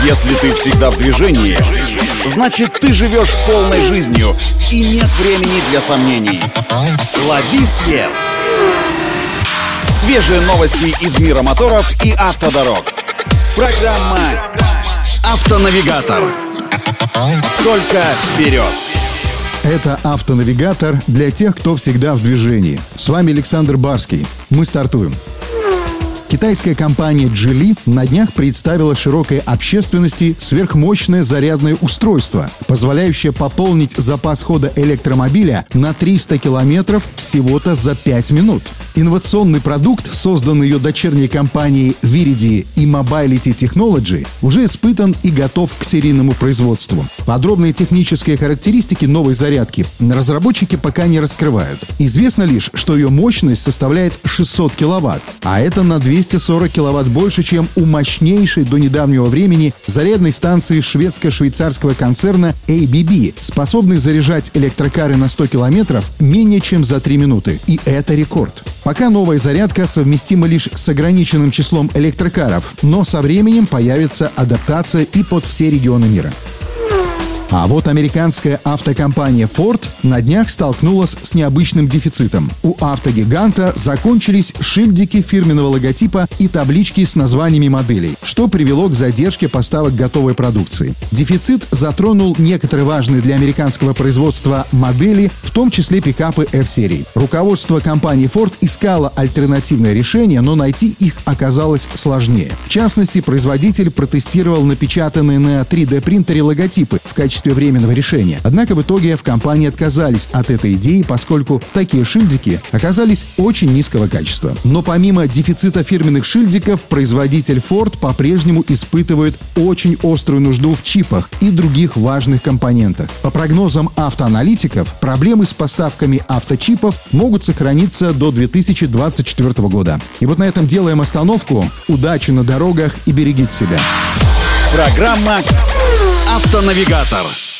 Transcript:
Если ты всегда в движении, значит ты живешь полной жизнью и нет времени для сомнений. Лови свет! Свежие новости из мира моторов и автодорог. Программа «Автонавигатор». Только вперед! Это «Автонавигатор» для тех, кто всегда в движении. С вами Александр Барский. Мы стартуем. Китайская компания Geely на днях представила широкой общественности сверхмощное зарядное устройство, позволяющее пополнить запас хода электромобиля на 300 километров всего-то за 5 минут. Инновационный продукт, созданный ее дочерней компанией Viridi и Mobility Technology, уже испытан и готов к серийному производству. Подробные технические характеристики новой зарядки разработчики пока не раскрывают. Известно лишь, что ее мощность составляет 600 киловатт, а это на 240 киловатт больше, чем у мощнейшей до недавнего времени зарядной станции шведско-швейцарского концерна ABB, способной заряжать электрокары на 100 километров менее чем за 3 минуты. И это рекорд. Пока новая зарядка совместима лишь с ограниченным числом электрокаров, но со временем появится адаптация и под все регионы мира. А вот американская автокомпания Ford на днях столкнулась с необычным дефицитом. У автогиганта закончились шильдики фирменного логотипа и таблички с названиями моделей, что привело к задержке поставок готовой продукции. Дефицит затронул некоторые важные для американского производства модели, в том числе пикапы F-серии. Руководство компании Ford искало альтернативное решение, но найти их оказалось сложнее. В частности, производитель протестировал напечатанные на 3D-принтере логотипы в качестве временного решения. Однако в итоге в компании отказались от этой идеи, поскольку такие шильдики оказались очень низкого качества. Но помимо дефицита фирменных шильдиков, производитель Ford по-прежнему испытывает очень острую нужду в чипах и других важных компонентах. По прогнозам автоаналитиков, проблемы с поставками авточипов могут сохраниться до 2024 года. И вот на этом делаем остановку. Удачи на дорогах и берегите себя. Программа «Автонавигатор».